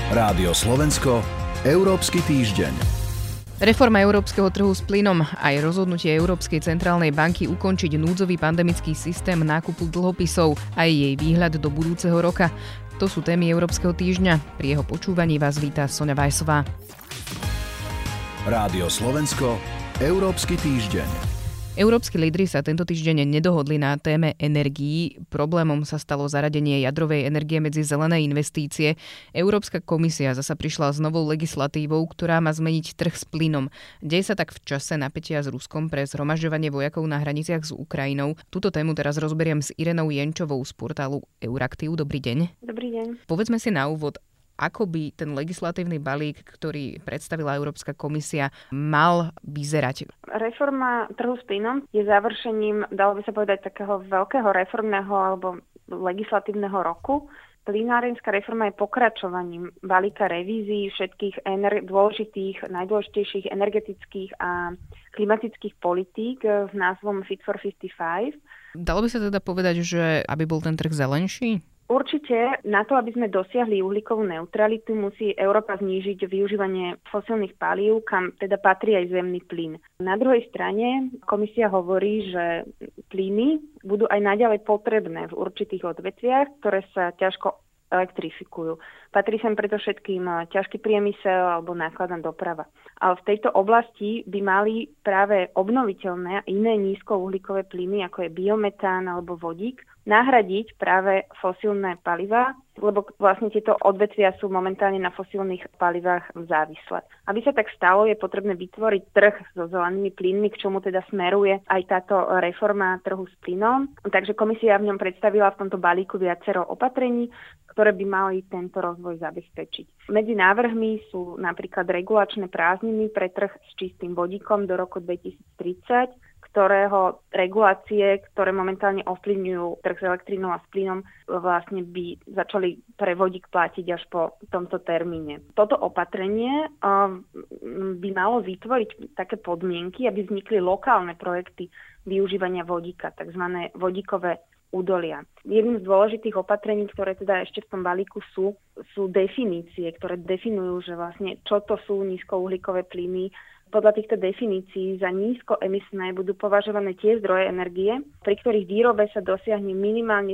Rádio Slovensko, Európsky týždeň. Reforma európskeho trhu s plynom aj rozhodnutie Európskej centrálnej banky ukončiť núdzový pandemický systém nákupu dlhopisov aj jej výhľad do budúceho roka. To sú témy Európskeho týždňa. Pri jeho počúvaní vás víta Soňa Vajsová. Rádio Slovensko, Európsky týždeň. Európski lídri sa tento týždeň nedohodli na téme energií. Problémom sa stalo zaradenie jadrovej energie medzi zelené investície. Európska komisia zasa prišla s novou legislatívou, ktorá má zmeniť trh s plynom. Deje sa tak v čase napätia s Ruskom pre zhromažďovanie vojakov na hraniciach s Ukrajinou. Túto tému teraz rozberiem s Irenou Jenčovou z portálu Euraktiv. Dobrý deň. Dobrý deň. Povedzme si na úvod, ako by ten legislatívny balík, ktorý predstavila Európska komisia, mal vyzerať? Reforma trhu s plynom je završením, dalo by sa povedať, takého veľkého reformného alebo legislatívneho roku. Plynárenská reforma je pokračovaním balíka revízií všetkých najdôležitejších energetických a klimatických politík s názvom Fit for 55. Dalo by sa teda povedať, že aby bol ten trh zelenší? Určite na to, aby sme dosiahli uhlíkovú neutralitu, musí Európa znížiť využívanie fosílnych palív, kam teda patrí aj zemný plyn. Na druhej strane komisia hovorí, že plyny budú aj naďalej potrebné v určitých odvetviach, ktoré sa ťažko elektrifikujú. Patrí sem preto všetkým ťažký priemysel alebo nákladná doprava. Ale v tejto oblasti by mali práve obnoviteľné a iné nízkouhlíkové plyny, ako je biometán alebo vodík, nahradiť práve fosílne palivá, lebo vlastne tieto odvetvia sú momentálne na fosílnych palivách závislé. Aby sa tak stalo, je potrebné vytvoriť trh so zelenými plynmi, k čomu teda smeruje aj táto reforma trhu s plynom. Takže komisia v ňom predstavila v tomto balíku viacero opatrení, ktoré by mali tento rozvoj zabezpečiť. Medzi návrhmi sú napríklad regulačné prázdniny pre trh s čistým vodíkom do roku 2030, ktorého regulácie, ktoré momentálne ovplyvňujú trh s elektrínou a s plynom, vlastne by začali pre vodík platiť až po tomto termíne. Toto opatrenie by malo vytvoriť také podmienky, aby vznikli lokálne projekty využívania vodíka, tzv. Vodíkové údolia. Jedným z dôležitých opatrení, ktoré teda ešte v tom balíku sú definície, ktoré definujú, že vlastne čo to sú nízkouhlíkové plyny. Podľa týchto definícií za nízkoemisné budú považované tie zdroje energie, pri ktorých výrobe sa dosiahne minimálne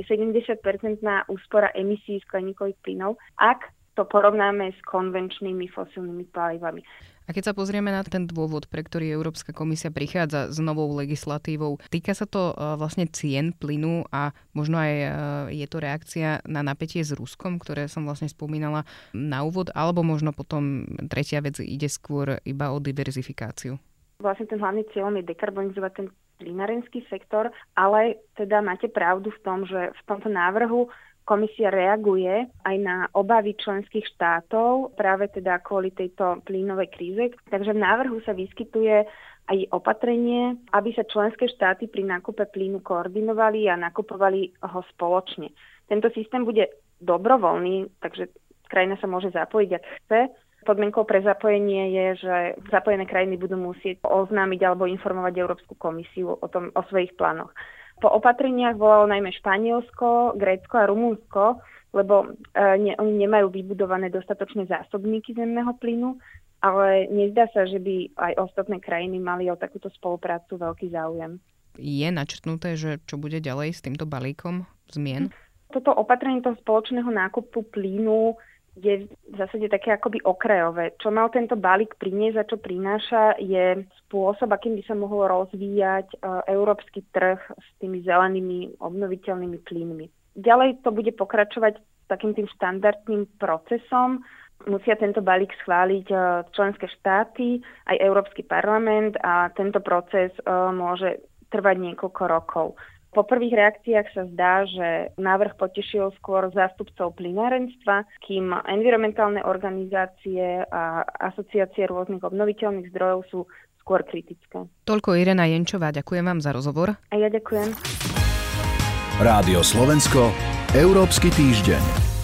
70% úspora emisí skleníkových plynov, ak to porovnáme s konvenčnými fosílnymi palivami. A keď sa pozrieme na ten dôvod, pre ktorý Európska komisia prichádza s novou legislatívou, týka sa to vlastne cien plynu a možno aj je to reakcia na napätie s Ruskom, ktoré som vlastne spomínala na úvod, alebo možno potom tretia vec ide skôr iba o diverzifikáciu? Vlastne ten hlavný cieľom je dekarbonizovať ten plynárenský sektor, ale teda máte pravdu v tom, že v tomto návrhu komisia reaguje aj na obavy členských štátov, práve teda kvôli tejto plynovej kríze. Takže v návrhu sa vyskytuje aj opatrenie, aby sa členské štáty pri nákupe plynu koordinovali a nakupovali ho spoločne. Tento systém bude dobrovoľný, takže krajina sa môže zapojiť, ak chce. Podmienkou pre zapojenie je, že zapojené krajiny budú musieť oznámiť alebo informovať Európsku komisiu o svojich plánoch. Po opatreniach volalo najmä Španielsko, Grécko a Rumunsko, lebo oni nemajú vybudované dostatočné zásobníky zemného plynu, ale nezdá sa, že by aj ostatné krajiny mali o takúto spoluprácu veľký záujem. Je načrtnuté, že čo bude ďalej s týmto balíkom zmien? Toto opatrenie toho spoločného nákupu plynu je v zásade také akoby okrajové. Čo mal tento balík priniesť a čo prináša, je spôsob, akým by sa mohol rozvíjať európsky trh s tými zelenými obnoviteľnými plynmi. Ďalej to bude pokračovať takým tým štandardným procesom. Musia tento balík schváliť členské štáty, aj Európsky parlament a tento proces môže trvať niekoľko rokov. Po prvých reakciách sa zdá, že návrh potešil skôr zástupcov plynárenstva, kým environmentálne organizácie a asociácie rôznych obnoviteľných zdrojov sú skôr kritické. Toľko Irena Jenčová, ďakujem vám za rozhovor. A ja ďakujem. Rádio Slovensko, Európsky týždeň.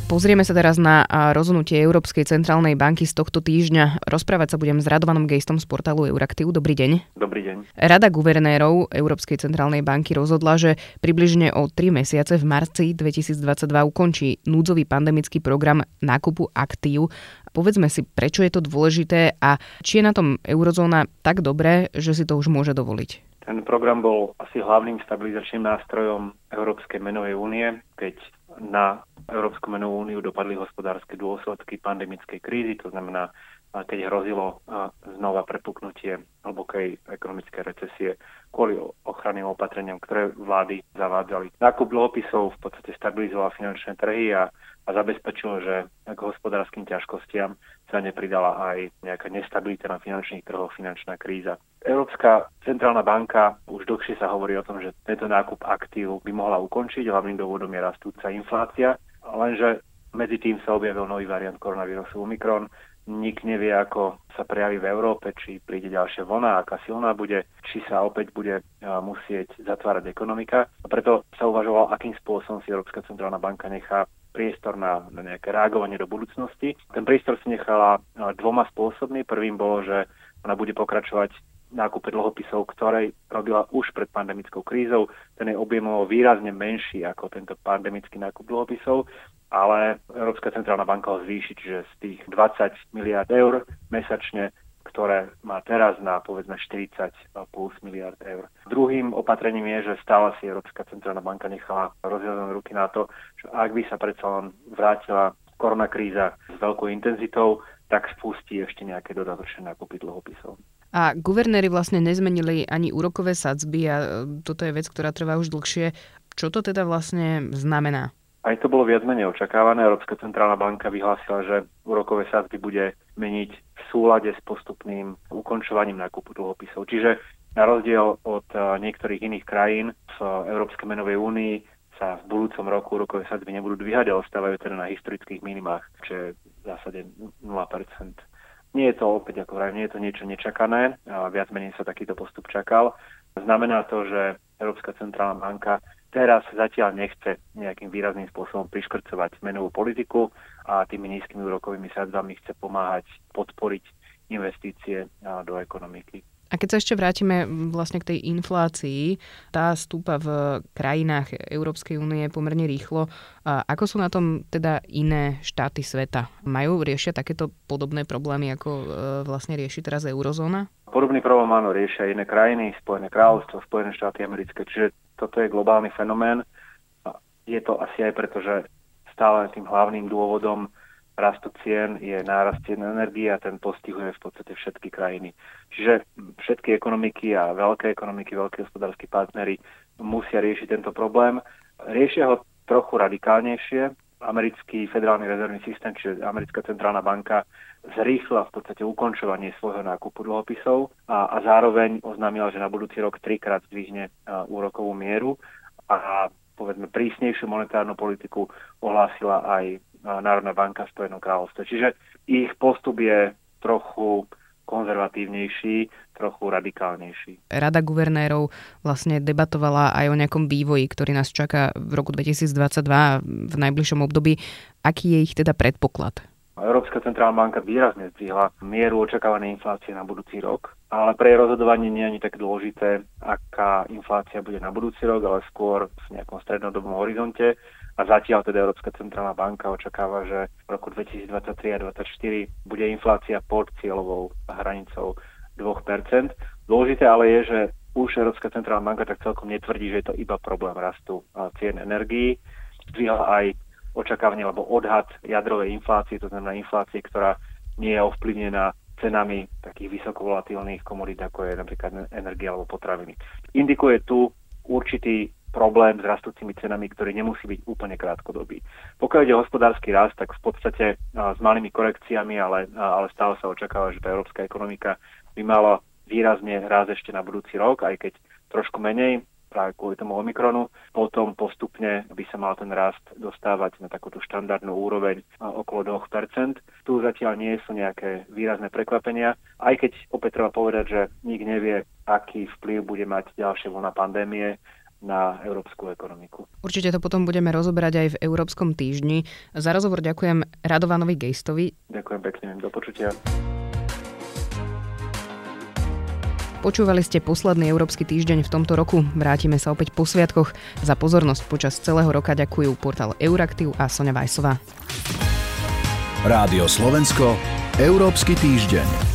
Pozrieme sa teraz na rozhodnutie Európskej centrálnej banky z tohto týždňa. Rozprávať sa budem s Radovanom Geistom z portálu Euraktiv. Dobrý deň. Dobrý deň. Rada guvernérov Európskej centrálnej banky rozhodla, že približne o 3 mesiace v marci 2022 ukončí núdzový pandemický program nákupu aktív. Povedzme si, prečo je to dôležité a či je na tom eurozóna tak dobre, že si to už môže dovoliť. Ten program bol asi hlavným stabilizačným nástrojom Európskej menovej únie, keď na Európsku menovú úniu dopadli hospodárske dôsledky pandemickej krízy, to znamená, keď hrozilo znova prepuknutie hlbokej ekonomickej recesie kvôli ochranným opatreniam, ktoré vlády zavádzali. Nákup dlhopisov v podstate stabilizoval finančné trhy a zabezpečilo, že k hospodárskym ťažkostiam sa nepridala aj nejaká nestabilita na finančných trhoch, finančná kríza. Európska centrálna banka už dlhšie sa hovorí o tom, že tento nákup aktív by mohla ukončiť, hlavným dôvodom je rastúca inflácia, lenže medzi tým sa objavil nový variant koronavírusu Omikron. Nik nevie, ako sa prejaví v Európe, či príde ďalšia vlna, aká silná bude, či sa opäť bude musieť zatvárať ekonomika. A preto sa uvažovalo, akým spôsobom si Európska centrálna banka nechá priestor na nejaké reagovanie do budúcnosti. Ten priestor si nechala dvoma spôsobmi. Prvým bolo, že ona bude pokračovať nákupe dlhopisov, ktoré robila už pred pandemickou krízou. Ten je objemovo výrazne menší ako tento pandemický nákup dlhopisov, ale Európska centrálna banka ho zvýši, čiže z tých 20 miliárd eur mesačne, ktoré má teraz, na povedzme 40 plus miliárd eur. Druhým opatrením je, že stále si Európska centrálna banka nechala rozviazané ruky na to, že ak by sa predsa len vrátila koronakríza s veľkou intenzitou, tak spustí ešte nejaké dodatočné nákupy dlhopisov. A guvernéri vlastne nezmenili ani úrokové sadzby a toto je vec, ktorá trvá už dlhšie. Čo to teda vlastne znamená? Aj to bolo viac menej očakávané. Európska centrálna banka vyhlásila, že úrokové sadzby bude meniť v súlade s postupným ukončovaním nákupu dlhopisov. Čiže na rozdiel od niektorých iných krajín v Európskej menovej únii sa v budúcom roku úrokové sadzby nebudú dvíhať a ostávajú teda na historických minimách, čo je v zásade 0%. Nie je to opäť, ako vravím, nie je to niečo nečakané, viac menej sa takýto postup čakal. Znamená to, že Európska centrálna banka teraz zatiaľ nechce nejakým výrazným spôsobom priškrcovať menovú politiku a tými nízkymi úrokovými sadzbami chce pomáhať podporiť investície do ekonomiky. A keď sa ešte vrátime vlastne k tej inflácii, tá stúpa v krajinách Európskej únie pomerne rýchlo. Ako sú na tom teda iné štáty sveta? Riešia takéto podobné problémy, ako vlastne rieši teraz eurozóna? Podobný problém áno, riešia iné krajiny, Spojené kráľovstvo, Spojené štáty americké. Čiže toto je globálny fenomén. Je to asi aj preto, že stále tým hlavným dôvodom rastu cien je nárast cien energie a ten postihuje v podstate všetky krajiny. Čiže všetky ekonomiky a veľké ekonomiky, veľké hospodárski partnery musia riešiť tento problém. Riešia ho trochu radikálnejšie. Americký federálny rezervný systém, čiže americká centrálna banka, zrýchla v podstate ukončovanie svojho nákupu dlhopisov a zároveň oznámila, že na budúci rok 3-krát zdvihne úrokovú mieru a povedzme prísnejšiu monetárnu politiku ohlásila aj Národná banka Spojeného kráľovstva. Čiže ich postup je trochu konzervatívnejší, trochu radikálnejší. Rada guvernérov vlastne debatovala aj o nejakom vývoji, ktorý nás čaká v roku 2022 v najbližšom období. Aký je ich teda predpoklad? Európska centrálna banka výrazne zdvihla mieru očakávanej inflácie na budúci rok, ale pre rozhodovanie nie je ani tak dôležité, aká inflácia bude na budúci rok, ale skôr v nejakom strednodobom horizonte. A zatiaľ teda Európska centrálna banka očakáva, že v roku 2023 a 2024 bude inflácia pod cieľovou hranicou 2%. Dôležité ale je, že už Európska centrálna banka tak celkom netvrdí, že je to iba problém rastu cien energií. Zdvihla aj očakávanie alebo odhad jadrovej inflácie, to znamená inflácie, ktorá nie je ovplyvnená cenami takých vysokovolatilných komodít, ako je napríklad energia alebo potraviny. Indikuje tu určitý problém s rastúcimi cenami, ktorý nemusí byť úplne krátkodobý. Pokiaľ ide o hospodársky rast, tak v podstate s malými korekciami, ale stále sa očakáva, že tá európska ekonomika by mala výrazne rásť ešte na budúci rok, aj keď trošku menej, práve kvôli tomu Omikronu. Potom postupne by sa mal ten rast dostávať na takúto štandardnú úroveň okolo 2%. Tu zatiaľ nie sú nejaké výrazné prekvapenia, aj keď opäť treba povedať, že nik nevie, aký vplyv bude mať ďalšia vlna pandémie na európsku ekonomiku. Určite to potom budeme rozoberať aj v Európskom týždni. Za rozhovor ďakujem Radovanovi Gejstovi. Ďakujem pekne, do počutia. Počúvali ste posledný Európsky týždeň v tomto roku. Vrátime sa opäť po sviatkoch. Za pozornosť počas celého roka ďakujú portál Euraktiv a Soňa Vajsová. Rádio Slovensko, Európsky týždeň.